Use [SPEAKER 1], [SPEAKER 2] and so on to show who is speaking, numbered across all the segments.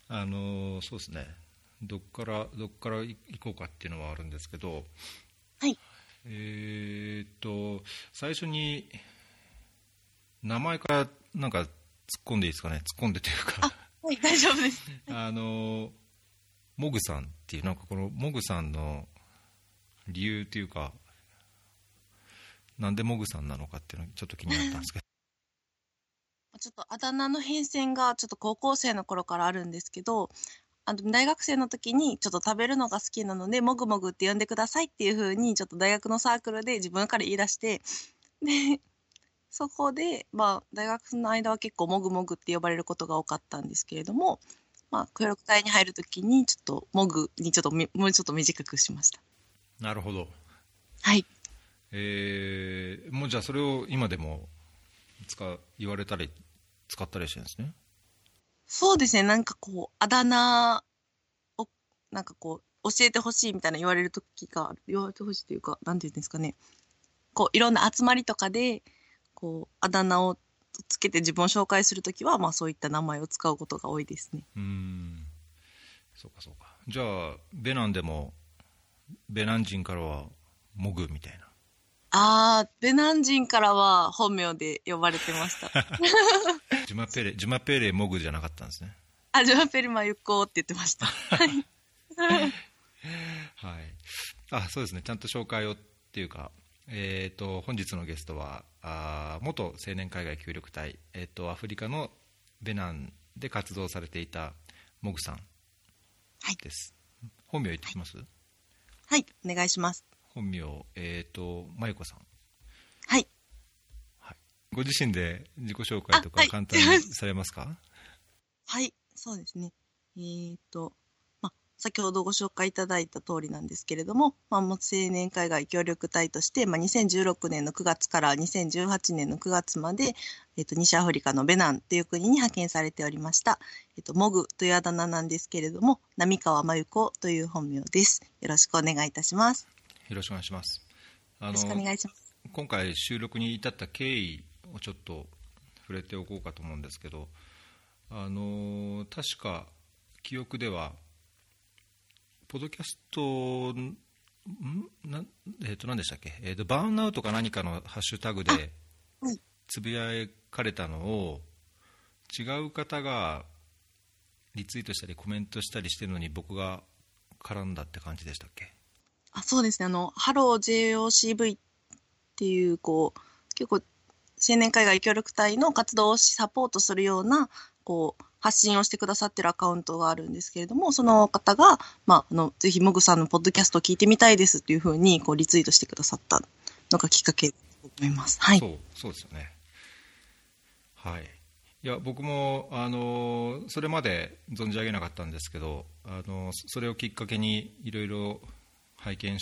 [SPEAKER 1] そうですね、どっから行こうかっていうのはあるんですけど、
[SPEAKER 2] はい。
[SPEAKER 1] 最初に名前からなんか突っ込んでいいですかね。突っ込んでというか
[SPEAKER 2] あ、はい、大丈夫です。
[SPEAKER 1] モグさんっていう、なんかこのモグさんの理由というか、なんでモグさんなのかっていうのがちょっと気になったんですけど。
[SPEAKER 2] ちょっとあだ名の変遷がちょっと高校生の頃からあるんですけど、大学生の時にちょっと食べるのが好きなので、もぐもぐって呼んでくださいっていう風に、ちょっと大学のサークルで自分から言い出して、で、そこで、大学の間は結構もぐもぐって呼ばれることが多かったんですけれども、協力隊に入るときに、ちょっと、もぐにちょっともうちょっと短くしました。
[SPEAKER 1] なるほど。
[SPEAKER 2] はい。
[SPEAKER 1] もうじゃあそれを今でも言われたり使ったりしてるんですね。
[SPEAKER 2] そうですね、なんかこう、あだ名を、なんかこう、教えてほしいみたいな言われるときがある、言われてほしいというか、なんていうんですかね。こう、いろんな集まりとかで、こう、あだ名をつけて自分を紹介するときは、そういった名前を使うことが多いですね。
[SPEAKER 1] そうかそうか。じゃあベナンでもベナン人からはモグみたいな。
[SPEAKER 2] ベナン人からは本名で呼ばれてました。
[SPEAKER 1] ジュマペレモグじゃなかったんですね。
[SPEAKER 2] ジョアペルマユコって言ってました。はい。
[SPEAKER 1] はい。そうですね。ちゃんと紹介をっていうか、本日のゲストは元青年海外協力隊、アフリカのベナンで活動されていたモグさん
[SPEAKER 2] はい。
[SPEAKER 1] です。本名言ってきます？
[SPEAKER 2] はい。お願いします。
[SPEAKER 1] 本名、まゆこさん。
[SPEAKER 2] はい。
[SPEAKER 1] はい。ご自身で自己紹介と
[SPEAKER 2] はい。
[SPEAKER 1] か簡単にされますか？
[SPEAKER 2] はい。そうですね。えーっと、先ほどご紹介いただいた通りなんですけれども、元青年海外協力隊として、2016年の9月から2018年の9月まで、西アフリカのベナンという国に派遣されておりました。モグというあだ名なんですけれども、並川真由子という本名です。よろしくお願いいたします。
[SPEAKER 1] よろしくお願いします。
[SPEAKER 2] よろしくお願いします。
[SPEAKER 1] 今回収録に至った経緯をちょっと触れておこうかと思うんですけど、確か記憶ではポッドキャスト何でしたっけ、バーンアウトか何かのハッシュタグで
[SPEAKER 2] はい。
[SPEAKER 1] つぶやかれたのを違う方がリツイートしたりコメントしたりしてるのに僕が絡んだって感じでしたっけ？
[SPEAKER 2] そうですね。ハロー JOCV っていう、結構、青年海外協力隊の活動をサポートするような、発信をしてくださってるアカウントがあるんですけれども、その方が、ぜひ、モグさんのポッドキャストを聞いてみたいですっていうふうに、リツイートしてくださったのがきっかけだと思います。はい。
[SPEAKER 1] そうですよね。はい。いや僕もそれまで存じ上げなかったんですけど、それをきっかけにいろいろ拝見して、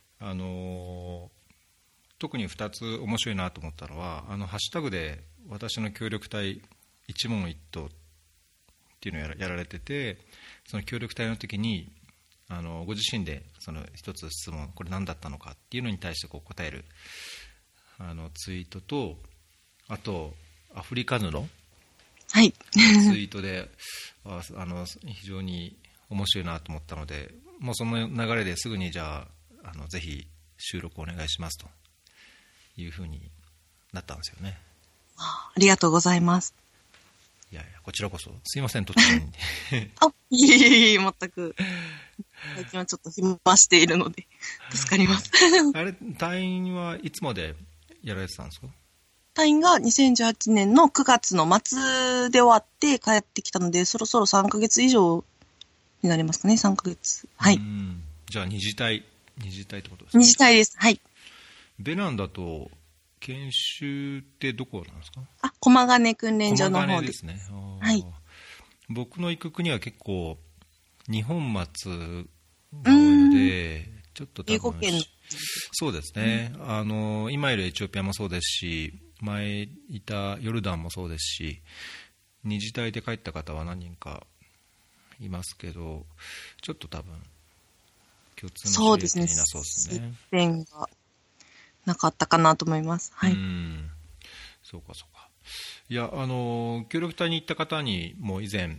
[SPEAKER 1] 特に2つ面白いなと思ったのは、ハッシュタグで私の協力隊一問一答っていうのをやられてて、その協力隊の時にご自身でその一つ質問、これ何だったのかっていうのに対して答えるツイートと、あとアフリカヌの
[SPEAKER 2] はい。
[SPEAKER 1] ツイートで非常に面白いなと思ったので、もうその流れですぐにじゃあぜひ収録お願いしますというふうになったんですよね。
[SPEAKER 2] ありがとうございます。
[SPEAKER 1] いやいや、こちらこそすいません、突然
[SPEAKER 2] いえいえいえ、全く。最近はちょっと暇しているので、助かります。
[SPEAKER 1] あれ、隊員はいつまでやられてたんですか？
[SPEAKER 2] 退院が2018年の9月の末で終わって帰ってきたので、そろそろ3ヶ月以上になりますかね、3ヶ月。はい。
[SPEAKER 1] じゃあ二次隊ってことですか？
[SPEAKER 2] 二次隊です。はい。
[SPEAKER 1] ベナンだと研修ってどこなんですか？
[SPEAKER 2] 駒ヶ根訓練所
[SPEAKER 1] 駒ヶ
[SPEAKER 2] の方で。
[SPEAKER 1] 根ですね。
[SPEAKER 2] はい。
[SPEAKER 1] 僕の行く国は結構二本松が多いので、ちょっと多分
[SPEAKER 2] 英語圏の。
[SPEAKER 1] そうですね、今いるエチオピアもそうですし、前いたヨルダンもそうですし、二次隊で帰った方は何人かいますけど、ちょっと多分共通の知り合いになそうですね。
[SPEAKER 2] 接点がなかったかなと思います。はい。
[SPEAKER 1] そうかそうか。いや、協力隊に行った方にも以前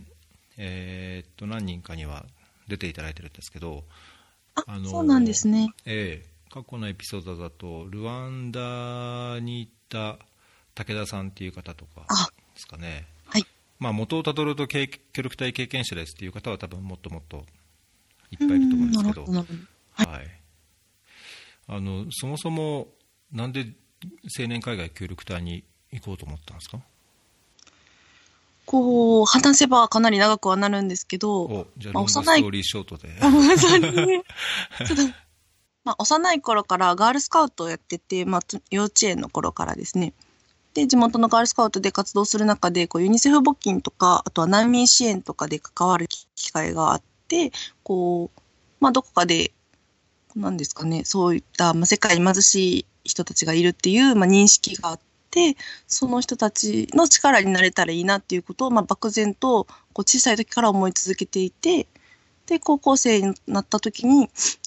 [SPEAKER 1] 何人かには出ていただいてるんですけど、
[SPEAKER 2] そうなんですね。
[SPEAKER 1] 過去のエピソードだとルワンダに行った武田さんっていう方とかですかね。
[SPEAKER 2] はい。
[SPEAKER 1] 元をたどると協力隊経験者ですっていう方は多分もっともっといっぱいいると思うんですけど、はい。そもそもなんで青年海外協力隊に行こうと思ったんですか？
[SPEAKER 2] 話せばかなり長くはなるんですけど、
[SPEAKER 1] じゃあロングストーリーショートで。
[SPEAKER 2] 幼い頃からガールスカウトをやってて、幼稚園の頃からですね。で、地元のガールスカウトで活動する中で、ユニセフ募金とか、あとは難民支援とかで関わる機会があって、どこかで、なんですかね、そういった、世界に貧しい人たちがいるっていう、認識があって、その人たちの力になれたらいいなっていうことを、漠然と小さい時から思い続けていて、で、高校生になった時に、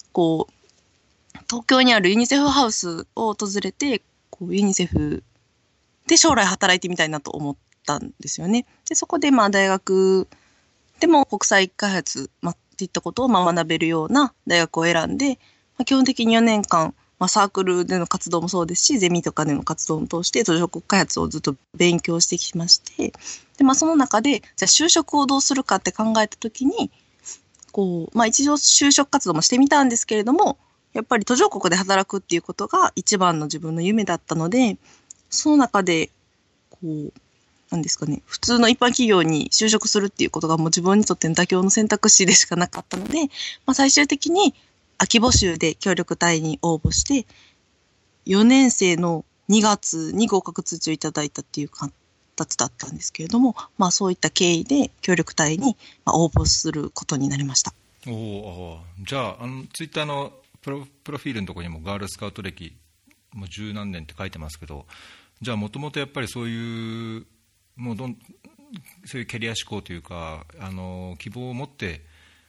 [SPEAKER 2] 東京にあるユニセフハウスを訪れて、ユニセフで将来働いてみたいなと思ったんですよね。で、そこで大学でも国際開発っていったことを学べるような大学を選んで、基本的に4年間、サークルでの活動もそうですし、ゼミとかでの活動を通して途上国開発をずっと勉強してきまして、で、その中で、じゃあ就職をどうするかって考えたときに、一応就職活動もしてみたんですけれども、やっぱり途上国で働くっていうことが一番の自分の夢だったので、その中で、なんですかね、普通の一般企業に就職するっていうことがもう自分にとっての妥協の選択肢でしかなかったので、最終的に秋募集で協力隊に応募して、4年生の2月に合格通知をいただいたっていう形だったんですけれども、そういった経緯で協力隊に応募することになりました。
[SPEAKER 1] じゃあ、ツイッターのプロフィールのところにもガールスカウト歴もう十何年って書いてますけど、じゃあもともとやっぱりそういうそういうキャリア志向というか希望を持って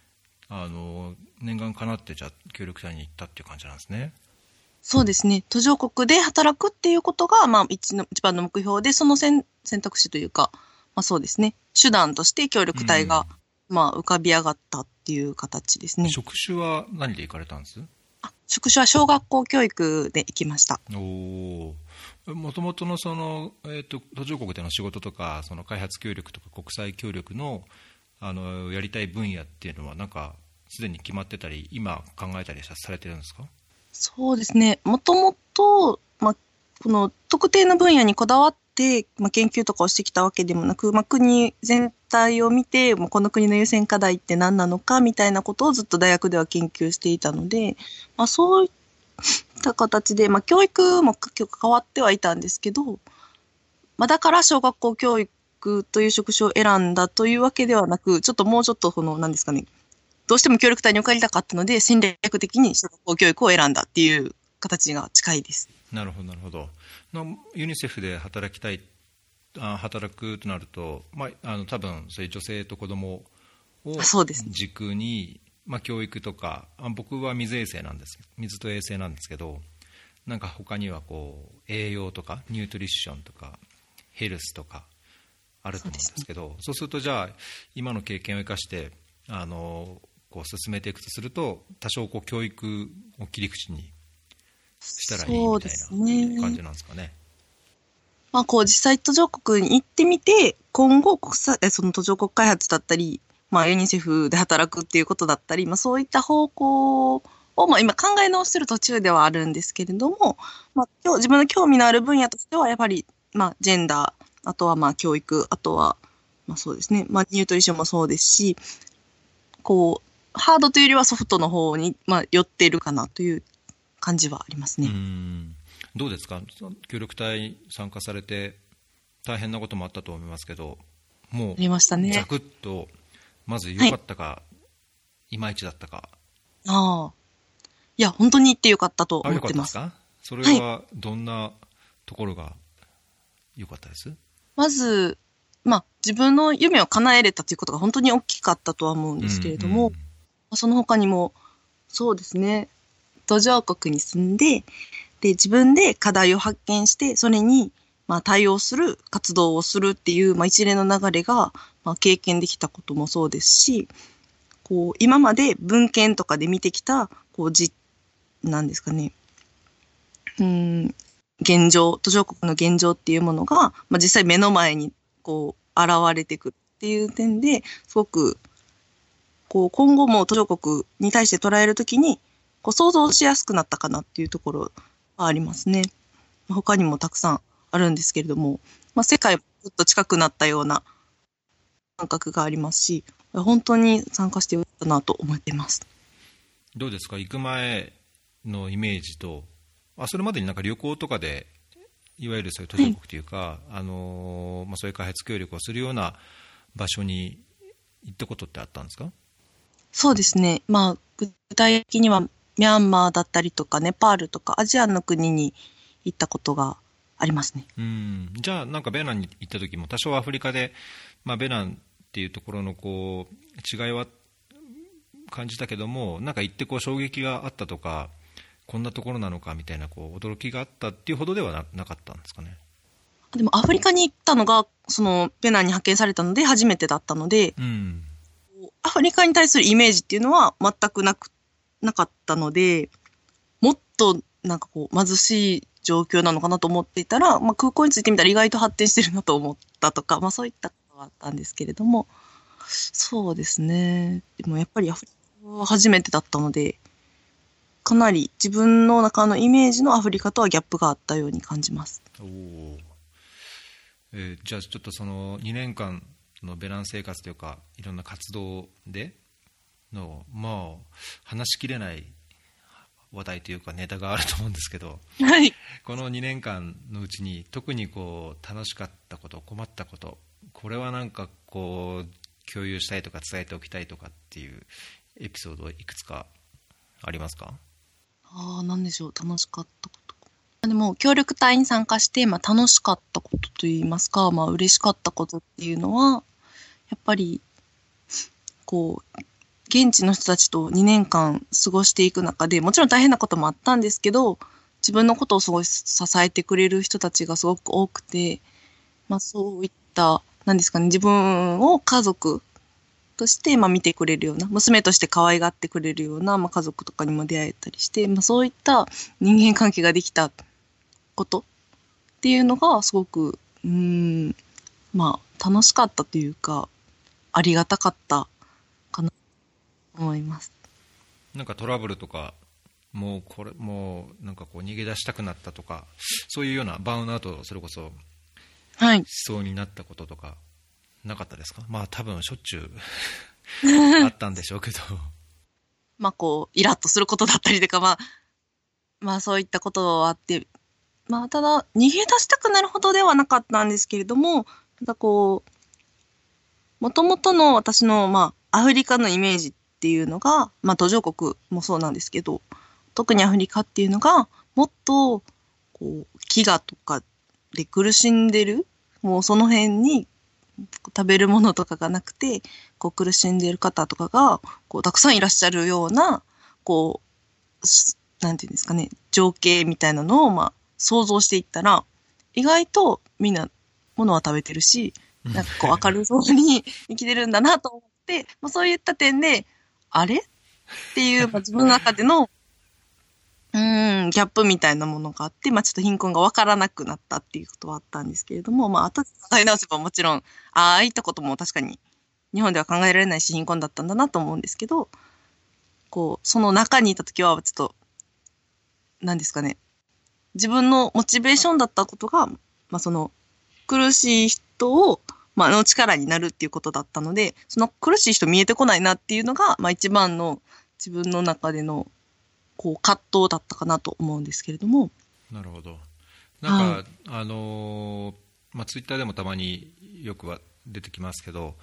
[SPEAKER 1] 念願かなってじゃあ協力隊に行ったっていう感じなんですね。
[SPEAKER 2] そうですね。途上国で働くっていうことが、一番の目標で、その選択肢というか、そうですね。手段として協力隊が、浮かび上がったっていう形ですね。
[SPEAKER 1] 職種は何で行かれたんです？
[SPEAKER 2] 職種は小学校教育で行きました。
[SPEAKER 1] もともとの途上国での仕事とか、その開発協力とか国際協力の、やりたい分野っていうのは、なんかすでに決まってたり、今考えたりされてるんですか？
[SPEAKER 2] そうですね。もともと、この特定の分野にこだわって、研究とかをしてきたわけでもなく、国全体を見て、この国の優先課題って何なのかみたいなことをずっと大学では研究していたので、そういった形で、教育も結構変わってはいたんですけど、だから小学校教育という職種を選んだというわけではなく、もうちょっと何ですかね、どうしても協力隊に受かりたかったので、戦略的に小学校教育を選んだっていう形が近いです。
[SPEAKER 1] なるほど、なるほど。ユニセフで働くとなると、多分そういう女性と子供を軸に、教育とか、僕は水と衛生なんですけど、なんか他には栄養とかニュートリッションとかヘルスとかあると思うんですけど、そうするとじゃあ今の経験を生かして進めていくとすると、多少教育を切り口にしたらいいみたいな感じなんですかね。
[SPEAKER 2] 実際途上国に行ってみて、今後その途上国開発だったり、ユニセフで働くっていうことだったり、そういった方向を、今考え直してる途中ではあるんですけれども、自分の興味のある分野としてはやっぱり、ジェンダー、あとは教育、あとはそうですね、ニュートリションもそうですし、ハードというよりはソフトの方に、寄っているかなという感じはありますね。
[SPEAKER 1] どうですか、協力隊参加されて大変なこともあったと思いますけど、もうザクッとまず良かったか、いまいちだったか。
[SPEAKER 2] いや本当に行って良かったと思ってます。
[SPEAKER 1] 良かったですか？それはどんなところが良かったです？
[SPEAKER 2] まず、自分の夢を叶えれたということが本当に大きかったとは思うんですけれども、その他にもそうですね、途上国に住んで、自分で課題を発見して、それに対応する活動をするっていう、一連の流れが、 経験できたこともそうですし、こう今まで文献とかで見てきたなんですかね、現状、途上国の現状っていうものが、実際目の前にこう現れてくるっていう点ですごくこう今後も途上国に対して捉えるときにこう想像しやすくなったかなっていうところはありますね。他にもたくさんあるんですけれども、世界もずっと近くなったような感覚がありますし、本当に参加してよかったなと思っています。
[SPEAKER 1] どうですか、行く前のイメージと、それまでになんか旅行とかでいわゆるそういう途上国というか、そういう開発協力をするような場所に行ったことってあったんですか？
[SPEAKER 2] そうですね、具体的にはミャンマーだったりとかネパールとかアジアの国に行ったことがありますね。
[SPEAKER 1] じゃあなんかベナンに行った時も多少アフリカで、ベナンっていうところのこう違いは感じたけども、なんか行ってこう衝撃があったとか、こんなところなのかみたいなこう驚きがあったっていうほどでは なかったんですかね。
[SPEAKER 2] でもアフリカに行ったのがそのベナンに派遣されたので初めてだったので、アフリカに対するイメージっていうのは全くなかったので、もっとなんかこう貧しい状況なのかなと思っていたら、空港に着いてみたら意外と発展してるなと思ったとか、そういったことがあったんですけれども、そうですね。でもやっぱりアフリカは初めてだったので、かなり自分の中のイメージのアフリカとはギャップがあったように感じます。
[SPEAKER 1] じゃあちょっとその2年間のベナン生活というかいろんな活動での話しきれない話題というかネタがあると思うんですけど、
[SPEAKER 2] はい、
[SPEAKER 1] この2年間のうちに特にこう楽しかったこと、困ったこと、これはなんかこう共有したいとか伝えておきたいとかっていうエピソードいくつかありますか？
[SPEAKER 2] 何でしょう、楽しかったこと。でも協力隊に参加して、楽しかったことといいますか、嬉しかったことっていうのはやっぱりこう現地の人たちと2年間過ごしていく中で、もちろん大変なこともあったんですけど、自分のことをすごい支えてくれる人たちがすごく多くて、そういった何ですかね、自分を家族として見てくれるような、娘として可愛がってくれるような家族とかにも出会えたりして、そういった人間関係ができたことっていうのがすごく楽しかったというかありがたかったかなと思います。
[SPEAKER 1] なんかトラブルとかもうなんかこう逃げ出したくなったとか、そういうようなバーンアウト、それこそしそうになったこととかなかったですか？多分しょっちゅうあったんでしょうけど
[SPEAKER 2] こうイラッとすることだったりとか、そういったことはあって、ただ逃げ出したくなるほどではなかったんですけれども、ただこうもともとの私のアフリカのイメージっていうのが、途上国もそうなんですけど、特にアフリカっていうのがもっとこう飢餓とかで苦しんでる、もうその辺に食べるものとかがなくてこう苦しんでいる方とかがこうたくさんいらっしゃるようなこうなんていうんですかね、情景みたいなのを想像していったら、意外とみんな物は食べてるし、なんかこう明るそうに生きてるんだなと思って、そういった点であれっていう自分の中でのギャップみたいなものがあって、ちょっと貧困が分からなくなったっていうことはあったんですけれども、後で考え直せばもちろん、ああいったことも確かに日本では考えられないし貧困だったんだなと思うんですけど、こう、その中にいた時はちょっと、何ですかね、自分のモチベーションだったことが、その苦しい人を、の力になるっていうことだったので、その苦しい人見えてこないなっていうのが、一番の自分の中でのこう葛藤だったかなと思うんですけれども。
[SPEAKER 1] なるほど。なんか、ツイッターでもたまによくは出てきますけど、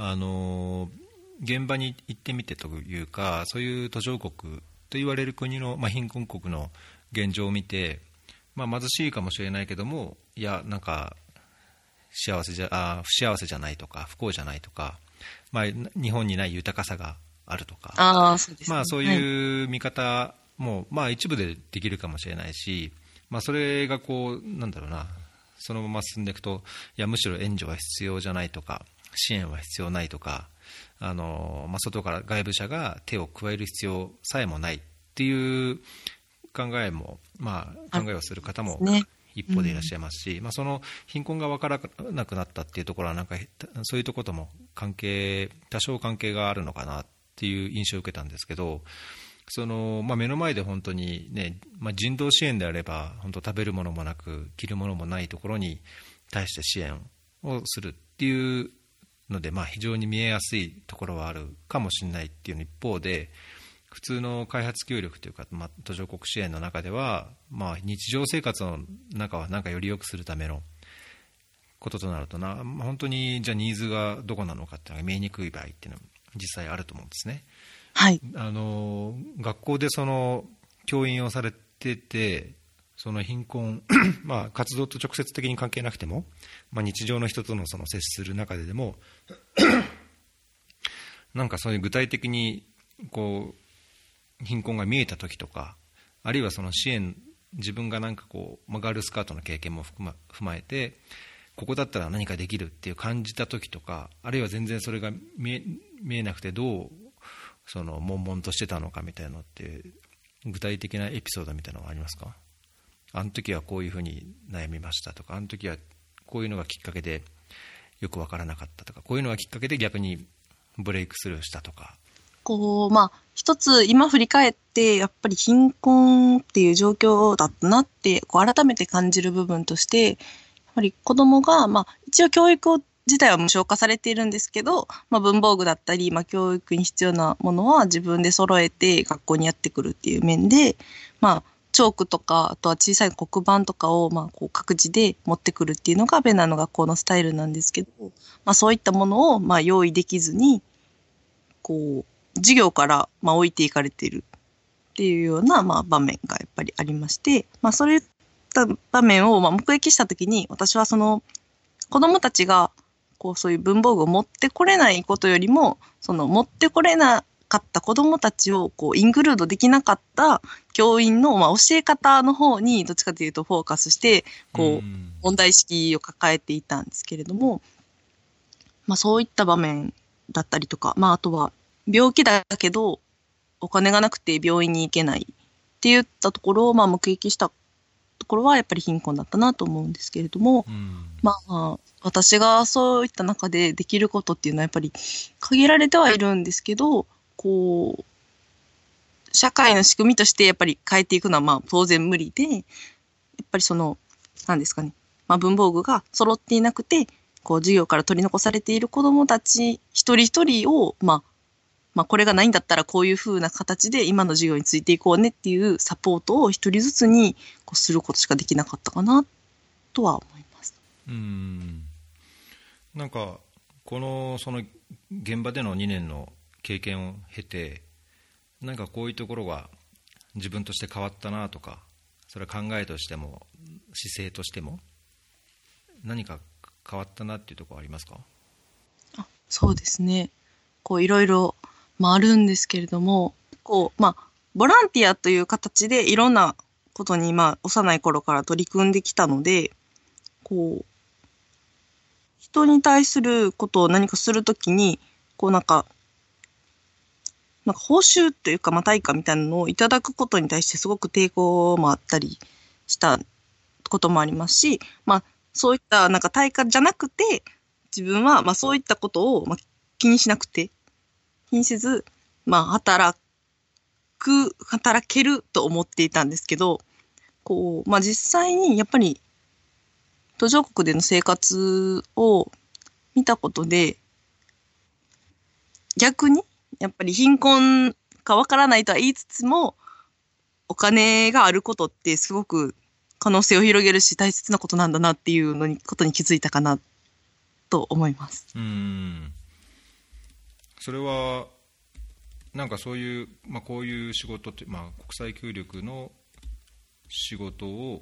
[SPEAKER 1] 現場に行ってみてというか、そういう途上国と言われる国の、貧困国の現状を見て、貧しいかもしれないけども、いやなんか不幸せじゃないとか不幸じゃないとか、日本にない豊かさがあるとか、
[SPEAKER 2] そうですね、
[SPEAKER 1] そういう見方も、一部でできるかもしれないし、それがこうなんだろうな、そのまま進んでいくと、いやむしろ援助は必要じゃないとか、 支援は必要ないとか、外から外部者が手を加える必要さえもないっていう考えも、考えをする方も一方でいらっしゃいますし、その貧困が分からなくなったっていうところはそういうところとも多少関係があるのかなっていう印象を受けたんですけど、目の前で本当に、ね、人道支援であれば本当食べるものもなく着るものもないところに対して支援をするっていうので、非常に見えやすいところはあるかもしれないっていうの一方で、普通の開発協力というか、途上国支援の中では、日常生活の中はより良くするためのこととなると本当にじゃあニーズがどこなのかっていうのが見えにくい場合っていうのは実際あると思うんですね。
[SPEAKER 2] はい。
[SPEAKER 1] 学校で教員をされてて、その貧困活動と直接的に関係なくても、日常の人との接する中でもそういう具体的に貧困が見えた時とか、あるいは支援、自分がガールスカウトの経験も踏まえて、ここだったら何かできるっていう感じた時とか、あるいは全然それが見えなくてどう悶々としてたのかみたいなのって、具体的なエピソードみたいなのはありますか？あの時はこういうふうに悩みましたとか、あの時はこういうのがきっかけでよく分からなかったとか、こういうのがきっかけで逆にブレイクスルーしたとか。
[SPEAKER 2] 一つ今振り返ってやっぱり貧困っていう状況だったなって改めて感じる部分として、やっぱり子供が一応教育自体は無償化されているんですけど、文房具だったり、教育に必要なものは自分で揃えて学校にやってくるっていう面で、チョークとか、あとは小さい黒板とかを各自で持ってくるっていうのがベナの学校のスタイルなんですけど、そういったものを用意できずに、授業から置いていかれているっていうような場面がやっぱりありまして、そういった場面を目撃したときに、私は子供たちがそういう文房具を持ってこれないことよりも、持ってこれなかった子供たちをインクルードできなかった教員の教え方の方にどっちかというとフォーカスして問題意識を抱えていたんですけれども、そういった場面だったりとか、あとは病気だけどお金がなくて病院に行けないっていったところを目撃したところはやっぱり貧困だったなと思うんですけれども、私がそういった中でできることっていうのはやっぱり限られてはいるんですけど、社会の仕組みとしてやっぱり変えていくのは当然無理で、やっぱり何ですかね、文房具が揃っていなくて授業から取り残されている子どもたち一人一人をこれがないんだったらこういう風な形で今の授業についていこうねっていうサポートを一人ずつにすることしかできなかったかなとは思います。
[SPEAKER 1] その現場での2年の経験を経て、こういうところが自分として変わったなとか、それは考えとしても姿勢としても何か変わったなっていうところはありますか？
[SPEAKER 2] そうですね。いろいろあるんですけれども、ボランティアという形でいろんなことに幼い頃から取り組んできたので、人に対することを何かするときに、報酬というか、対価みたいなのをいただくことに対してすごく抵抗もあったりしたこともありますし、そういった対価じゃなくて、自分はそういったことを気にせず、働けると思っていたんですけど、実際にやっぱり途上国での生活を見たことで、逆にやっぱり貧困かわからないとは言いつつも、お金があることってすごく可能性を広げるし大切なことなんだなっていうことに気づいたかなと思います。
[SPEAKER 1] それはそういう、こういう仕事って、国際協力の仕事を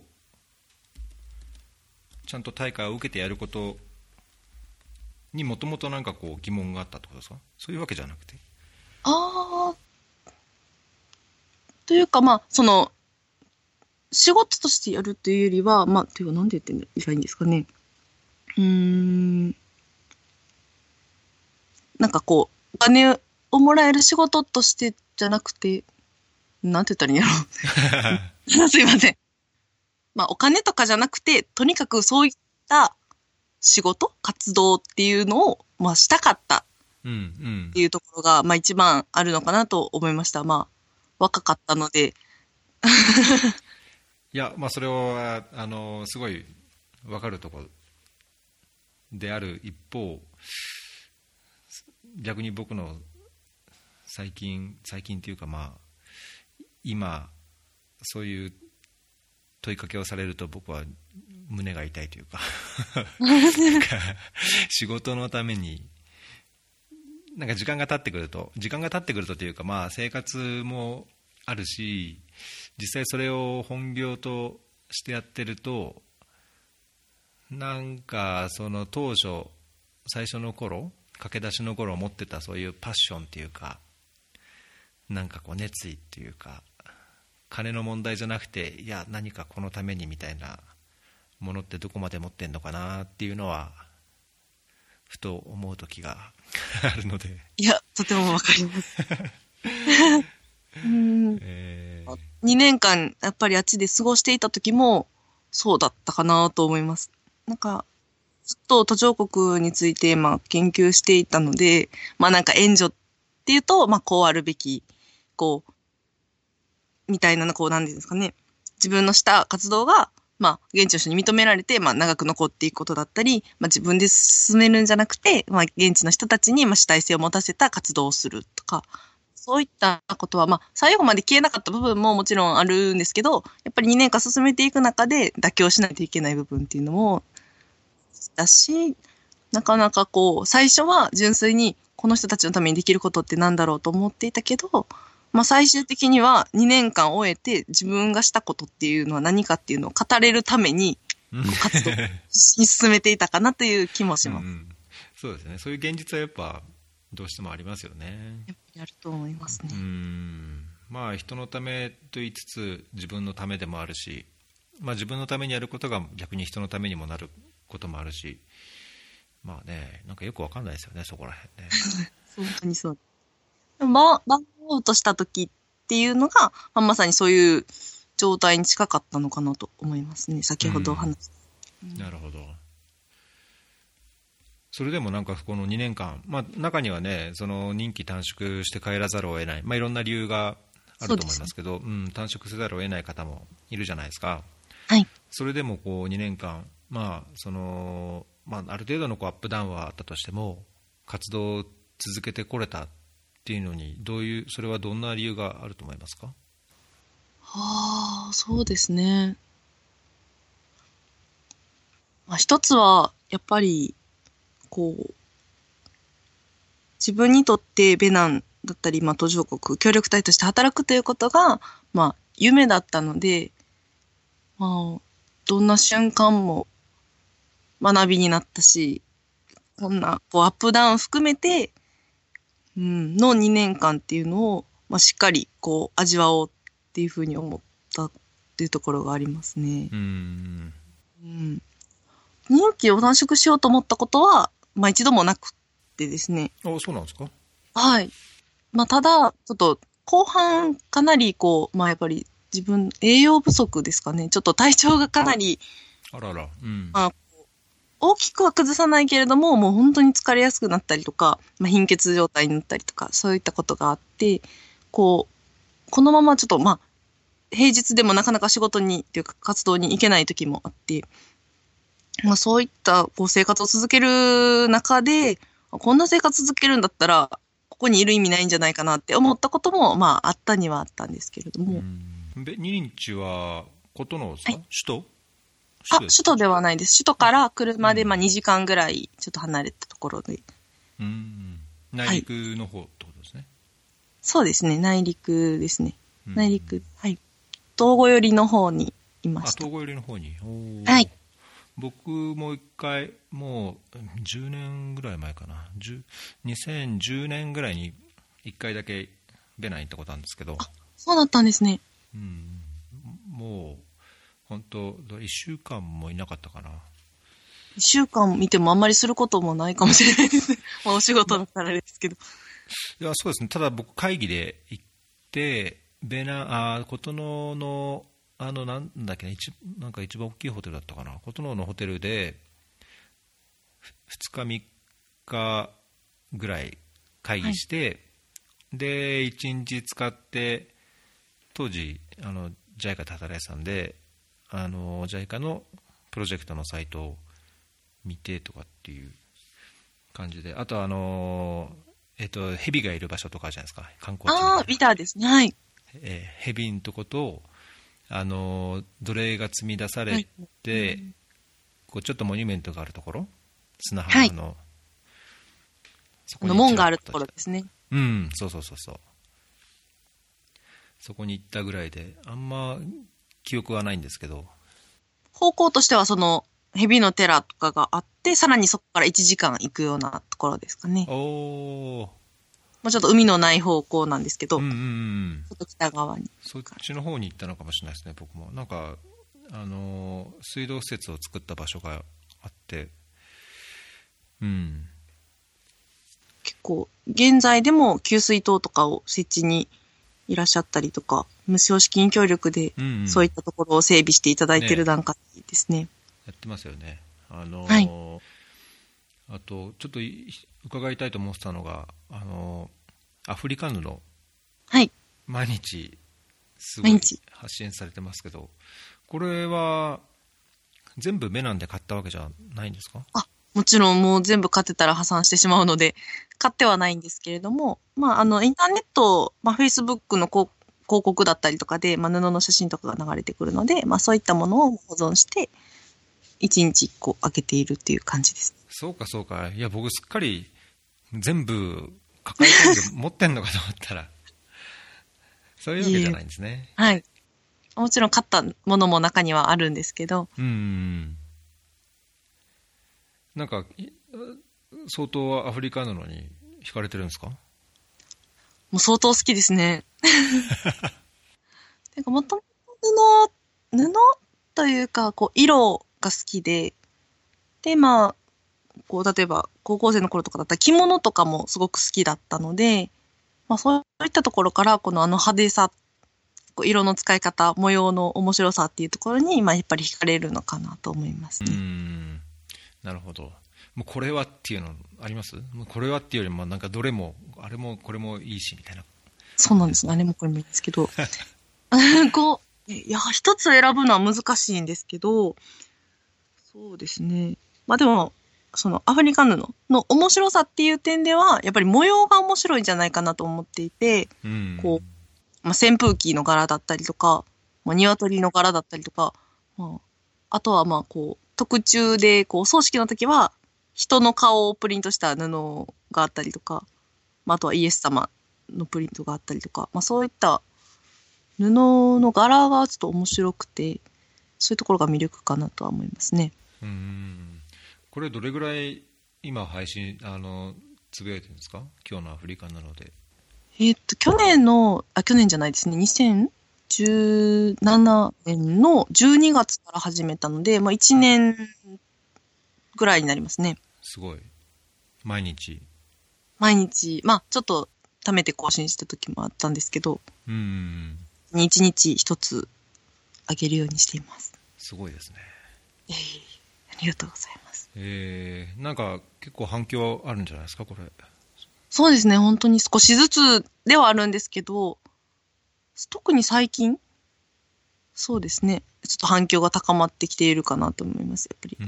[SPEAKER 1] ちゃんと対価を受けてやることにもともと疑問があったってことですか？そういうわけじゃなくて。
[SPEAKER 2] というか仕事としてやるというよりはというか何で言ってんらいいんですかね。 なんかこう、お金をもらえる仕事としてじゃなくて、なんて言ったらいいんやろう。すいません。まあ、お金とかじゃなくて、とにかくそういった仕事、活動っていうのを、まあ、したかった
[SPEAKER 1] うんうん
[SPEAKER 2] っていうところが、まあ、一番あるのかなと思いました。まあ、若かったので。
[SPEAKER 1] いや、まあ、それはすごい分かるところである一方、逆に僕の最近っていうか、まあ、今そういう問いかけをされると僕は胸が痛いというかなんか仕事のためになんか時間が経ってくるとというか、まあ、生活もあるし、実際それを本業としてやってると、なんかその当初最初の頃、駆け出しの頃持ってたそういうパッションっていうか、なんかこう熱意っていうか、金の問題じゃなくて、いや何かこのためにみたいなものってどこまで持ってんのかなっていうのはふと思う時があるので。
[SPEAKER 2] いや、とてもわかります。2年間やっぱりあっちで過ごしていた時もそうだったかなと思います。なんかずっと途上国についてまあ研究していたので、まあなんか援助っていうと、まあこうあるべき、こう、みたいな、こうなんていうんですかね。自分のした活動が、まあ現地の人に認められて、まあ長く残っていくことだったり、まあ自分で進めるんじゃなくて、まあ現地の人たちにまあ主体性を持たせた活動をするとか、そういったことは、まあ、最後まで消えなかった部分ももちろんあるんですけど、やっぱり2年間進めていく中で妥協しないといけない部分っていうのも、だし、なかなかこう、最初は純粋にこの人たちのためにできることってなんだろうと思っていたけど、まあ最終的には2年間終えて自分がしたことっていうのは何かっていうのを語れるために、活動に進めていたかなという気もします。
[SPEAKER 1] そうですね。そういう現実はやっぱどうしてもありますよね。
[SPEAKER 2] やっぱりあると思いますね。
[SPEAKER 1] まあ人のためと言いつつ自分のためでもあるし、まあ自分のためにやることが逆に人のためにもなることもあるし、まあね、なんかよくわかんないですよね、そこら辺ね。
[SPEAKER 2] 本当にそう。バーンアウトした時っていうのが、まあ、まさにそういう状態に近かったのかなと思いますね。先ほどお話した。
[SPEAKER 1] なるほど。それでもなんかこの2年間、まあ、中にはね、その任期短縮して帰らざるを得ない、まあ、いろんな理由があると思いますけど、短縮せざるを得ない方もいるじゃないですか。
[SPEAKER 2] はい。
[SPEAKER 1] それでもこう2年間、まあある程度のこうアップダウンはあったとしても活動を続けてこれたっていうのにそれはどんな理由があると思いますか？
[SPEAKER 2] はあ、そうですね。まあ、一つはやっぱりこう自分にとってベナンだったり、まあ、途上国協力隊として働くということが、まあ、夢だったので、まあ、どんな瞬間も学びになったし、こんなこうアップダウン含めて、の2年間っていうのを、まあ、しっかりこう味わおうっていうふうに思ったっていうところがありますね。任期を短縮しようと思ったことは、まあ、一度もなくてですね。
[SPEAKER 1] そうなんですか？
[SPEAKER 2] はい。まあ、ただ、ちょっと後半かなりこう、まあ、やっぱり自分栄養不足ですかね。ちょっと体調がかなり、まあ、大きくは崩さないけれども、もう本当に疲れやすくなったりとか、まあ、貧血状態になったりとか、そういったことがあって、このままちょっと、まあ、平日でもなかなか仕事に、っていうか活動に行けない時もあって、まあそういったこう生活を続ける中で、こんな生活続けるんだったら、ここにいる意味ないんじゃないかなって思ったことも、まああったにはあったんですけれども。
[SPEAKER 1] 2日は、ことのですか？はい、首都
[SPEAKER 2] 首都ではないです。首都から車でまあ2時間ぐらいちょっと離れたところで。
[SPEAKER 1] 内陸の方ってことですね。
[SPEAKER 2] そうですね、内陸ですね。内陸、はい。東郷寄りの方にいました。
[SPEAKER 1] 東郷寄りの方に。
[SPEAKER 2] はい。
[SPEAKER 1] 僕も一回、もう10年ぐらい前かな、2010年ぐらいに1回だけベナン行ったことあるんですけど。
[SPEAKER 2] そうだったんですね。
[SPEAKER 1] もう本当1週間もいなかったかな。
[SPEAKER 2] 週間見てもあんまりすることもないかもしれないですね。まあお仕事だったらあれですけど。
[SPEAKER 1] いや、そうですね。ただ僕会議で行って、琴野のなんだっけな、なんか一番大きいホテルだったかな、琴野のホテルで2日3日ぐらい会議して、で1日使って、当時JICA で働いてたんで、JICA のプロジェクトのサイトを見てとかっていう感じで、あと蛇がいる場所とかあるじゃないですか、観光地みたいな。
[SPEAKER 2] ビターですね。はい。
[SPEAKER 1] 蛇のとこと、奴隷が積み出され
[SPEAKER 2] はい。
[SPEAKER 1] て、こうちょっとモニュメントがあるところ、砂
[SPEAKER 2] はい。
[SPEAKER 1] 浜の、そこに
[SPEAKER 2] 門があるところですね。
[SPEAKER 1] うん、そうそうそうそう、そこに行ったぐらいで、あんま記憶はないんですけど。
[SPEAKER 2] 方向としてはその蛇の寺とかがあって、さらにそこから1時間行くようなところですかね。
[SPEAKER 1] おお、
[SPEAKER 2] もうちょっと海のない方向なんですけど、
[SPEAKER 1] うんうんう
[SPEAKER 2] ち
[SPEAKER 1] ん、
[SPEAKER 2] ょっと北側に。
[SPEAKER 1] そっちの方に行ったのかもしれないですね、僕も。なんか水道施設を作った場所があって、うん、
[SPEAKER 2] 結構、現在でも給水塔とかを設置にいらっしゃったりとか、無償資金協力で
[SPEAKER 1] うんうん、
[SPEAKER 2] そういったところを整備していただいている
[SPEAKER 1] ね、
[SPEAKER 2] 段階ですね。
[SPEAKER 1] やってますよね。
[SPEAKER 2] はい。
[SPEAKER 1] あとちょっと伺いたいと思ってたのが、アフリカヌの
[SPEAKER 2] はい。
[SPEAKER 1] 毎日すごい
[SPEAKER 2] 毎日。
[SPEAKER 1] 発信されてますけど、これは全部メナンで買ったわけじゃないんですか？
[SPEAKER 2] あ、もちろんもう全部買ってたら破産してしまうので、買ってはないんですけれども、まあ、インターネット、まあ、Facebook の広告だったりとかで、まあ、布の写真とかが流れてくるので、まあ、そういったものを保存して、1日1個開けているっていう感じです。
[SPEAKER 1] そうかそうか、いや僕すっかり全部抱え込んで持ってんのかと思ったらそういうわけじゃ
[SPEAKER 2] いえ、
[SPEAKER 1] ないんですね。
[SPEAKER 2] はい。もちろん買ったものも中にはあるんですけど、
[SPEAKER 1] うん、なんか相当アフリカなのに惹かれてるんですか？
[SPEAKER 2] もう相当好きですね。てか、もともと布というか、こう、色が好きで、で、まあ、こう、例えば、高校生の頃とかだったら着物とかもすごく好きだったので、まあ、そういったところから、この派手さ、こう色の使い方、模様の面白さっていうところに、まあ、やっぱり惹かれるのかなと思います
[SPEAKER 1] う
[SPEAKER 2] ね。
[SPEAKER 1] ん、なるほど。もうこれはっていうのあります？もうこれはっていうよりもなんかどれもあれもこれもいいしみたいな
[SPEAKER 2] そうなんですね。
[SPEAKER 1] 感じですか？
[SPEAKER 2] あれもこれもいいんですけど、こう、いや、一つ選ぶのは難しいんですけど、そうですね。まあでも、そのアフリカ布の面白さっていう点では、やっぱり模様が面白いんじゃないかなと思っていて、
[SPEAKER 1] うん、
[SPEAKER 2] こう、まあ、扇風機の柄だったりとか、まあ、鶏の柄だったりとか、まあ、あとはまあこう、特注で、こう、お葬式の時は、人の顔をプリントした布があったりとか、まあ、あとはイエス様のプリントがあったりとか、まあそういった布の柄がちょっと面白くて、そういうところが魅力かなとは思いますね。
[SPEAKER 1] うん、これどれぐらい今配信つぶやいてるんですか？今日のアフリカなので。
[SPEAKER 2] 去年じゃないですね、2017年の12月から始めたので、まあ1年ぐらいになりますね。
[SPEAKER 1] すごい毎日。
[SPEAKER 2] 毎日、まあちょっと貯めて更新した時もあったんですけど、
[SPEAKER 1] うん、
[SPEAKER 2] 1日1つあげるようにしています。
[SPEAKER 1] すごいですね。
[SPEAKER 2] えーありがとうございます。
[SPEAKER 1] なんか結構反響あるんじゃないですかこれ。
[SPEAKER 2] そうですね、本当に少しずつではあるんですけど、特に最近、そうですね、ちょっと反響が高まってきているかなと思います、やっぱり。
[SPEAKER 1] うん、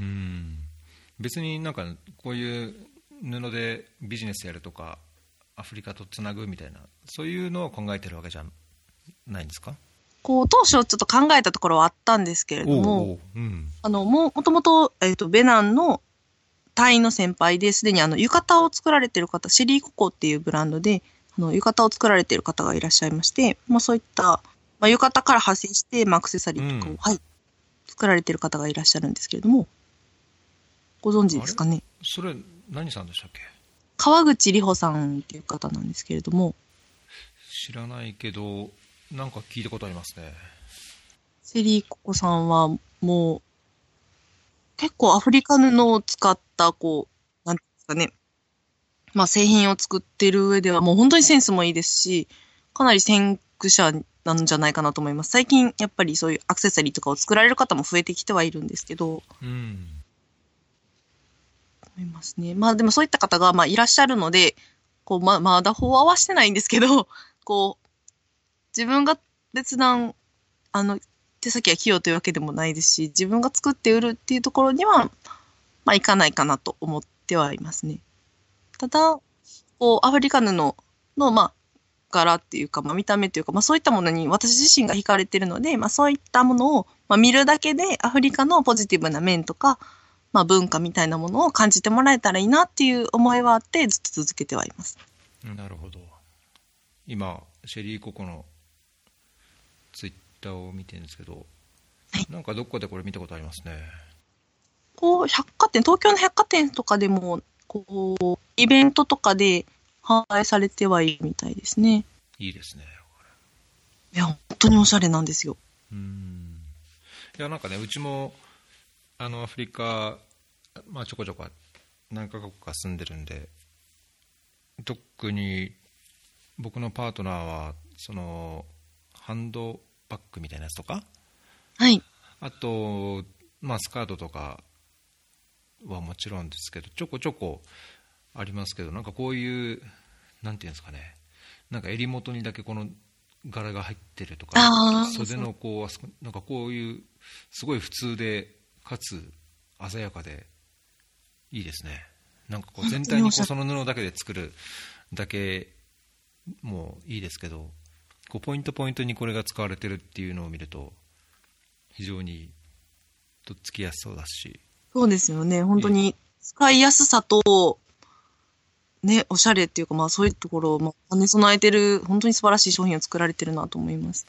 [SPEAKER 1] 別になんかこういう布でビジネスやるとかアフリカとつなぐみたいなそういうのを考えてるわけじゃないんですか？
[SPEAKER 2] こう、当初ちょっと考えたところはあったんですけれども、
[SPEAKER 1] おう、うん、
[SPEAKER 2] もともと、ベナンの隊員の先輩ですでに浴衣を作られている方、シェリーココっていうブランドで、浴衣を作られている方がいらっしゃいまして、まあそういった、まあ浴衣から派生して、まあアクセサリーとかを、
[SPEAKER 1] うん、
[SPEAKER 2] はい、作られている方がいらっしゃるんですけれども、ご存知
[SPEAKER 1] あれ
[SPEAKER 2] ですかね。
[SPEAKER 1] それ何さんでしたっけ？
[SPEAKER 2] 川口里穂さんっていう方なんですけれども、
[SPEAKER 1] 知らないけどなんか聞いたことありますね。
[SPEAKER 2] シェリーココさんはもう、 結構アフリカ布を使ったなんていうんですかね、製品を作ってる上ではもう本当にセンスもいいですし、かなり先駆者なんじゃないかなと思います。最近やっぱりそういうアクセサリーとかを作られる方も増えてきてはいるんですけど、
[SPEAKER 1] うん。
[SPEAKER 2] 思いますね。でもそういった方がいらっしゃるので、まだ法は合わしてないんですけど、自分が別段、手先が器用というわけでもないですし、自分が作って売るっていうところには、いかないかなと思ってはいますね。ただ、アフリカ布の、柄っていうか、見た目というか、そういったものに私自身が惹かれているので、そういったものを、見るだけでアフリカのポジティブな面とか、文化みたいなものを感じてもらえたらいいなっていう思いはあって、ずっと続けてはいます。
[SPEAKER 1] なるほど。今シェリーココのツイッターを見てるんですけど、
[SPEAKER 2] はい、
[SPEAKER 1] なんかどこでこれ見たことありますね。
[SPEAKER 2] 百貨店、東京の百貨店とかでも、イベントとかで販売されてはいるみたいですね。
[SPEAKER 1] いいですね。
[SPEAKER 2] いや、本当におしゃれなんですよ。
[SPEAKER 1] いや、なんかね、うちもアフリカ、ちょこちょこ何カ国か住んでるんで、特に僕のパートナーはそのハンドバッグみたいなやつとか、
[SPEAKER 2] はい。
[SPEAKER 1] あと、スカートとかはもちろんですけど、ちょこちょこありますけど、なんかこういう、なんていうんですかね、なんか襟元にだけこの柄が入ってるとか、袖のなんかこういうすごい普通でかつ鮮やかでいいですね。なんか全体にその布だけで作るだけもいいですけど、ポイントポイントにこれが使われてるっていうのを見ると非常にとっつきやすそうだし。
[SPEAKER 2] そうですよね。本当に使いやすさと、ね、おしゃれっていうか、そういうところを兼ね備えてる、本当に素晴らしい商品を作られてるなと思います。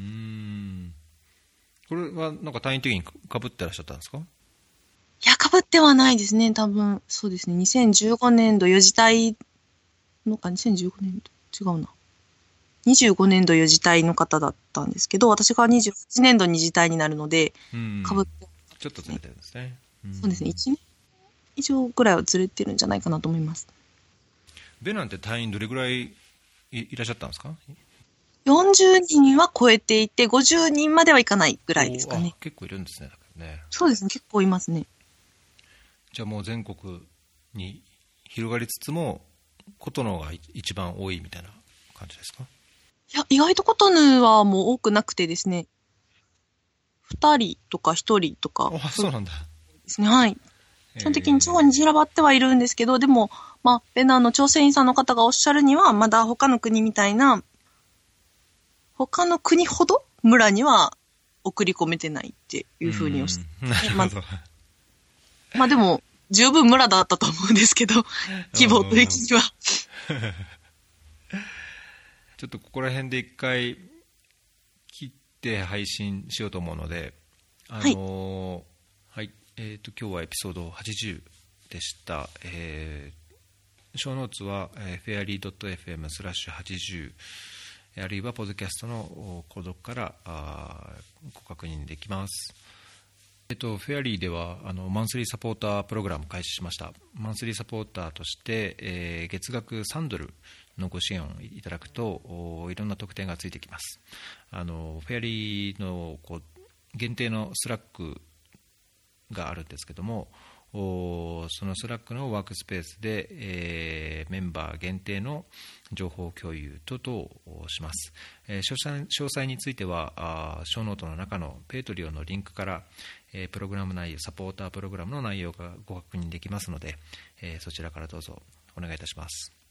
[SPEAKER 1] これはなんか単位的にかぶってらっしゃったんですか？
[SPEAKER 2] いや、かぶってはないですね。多分、そうですね。2015年度4次隊2015年度違うな。25年度4次隊の方だったんですけど、私が28年度2次隊になるので、かぶって、
[SPEAKER 1] ちょっとずれてるんですね。
[SPEAKER 2] そうですね。1年以上ぐらいはずれてるんじゃないかなと思います。
[SPEAKER 1] ベナンって隊員どれぐらいいらっしゃったんですか
[SPEAKER 2] ？40人は超えていて、50人まではいかないぐらいですかね。
[SPEAKER 1] 結構いるんですね。
[SPEAKER 2] そうですね。結構いますね。
[SPEAKER 1] じゃあもう全国に広がりつつもコトノが一番多いみたいな感じですか？
[SPEAKER 2] いや、意外とコトヌはもう多くなくてですね、2人とか1人とか。
[SPEAKER 1] そうなんだ。
[SPEAKER 2] ですね。はい。基本的に地方に散らばってはいるんですけど、でも、ベナンの調整員さんの方がおっしゃるには、まだ他の国みたいな、他の国ほど村には送り込めてないっていうふうにおっしゃって。
[SPEAKER 1] なるほど。
[SPEAKER 2] でも、十分村だったと思うんですけど、規模的には。
[SPEAKER 1] ちょっとここら辺で一回切って配信しようと思うので、はい、今日はエピソード80でした。ショーノーツは、fairly.fm/80 あるいはポッドキャストの購読からご確認できます。フェアリーではマンスリーサポータープログラム開始しました。マンスリーサポーターとして、月額$3のご支援をいただくといろんな特典がついてきます。フェアリーの限定のスラックがあるんですけども、そのスラックのワークスペースで、メンバー限定の情報共有等々をします。詳細についてはショーノートの中のペイトリオのリンクからプログラム内容、サポータープログラムの内容がご確認できますので、そちらからどうぞお願いいたします。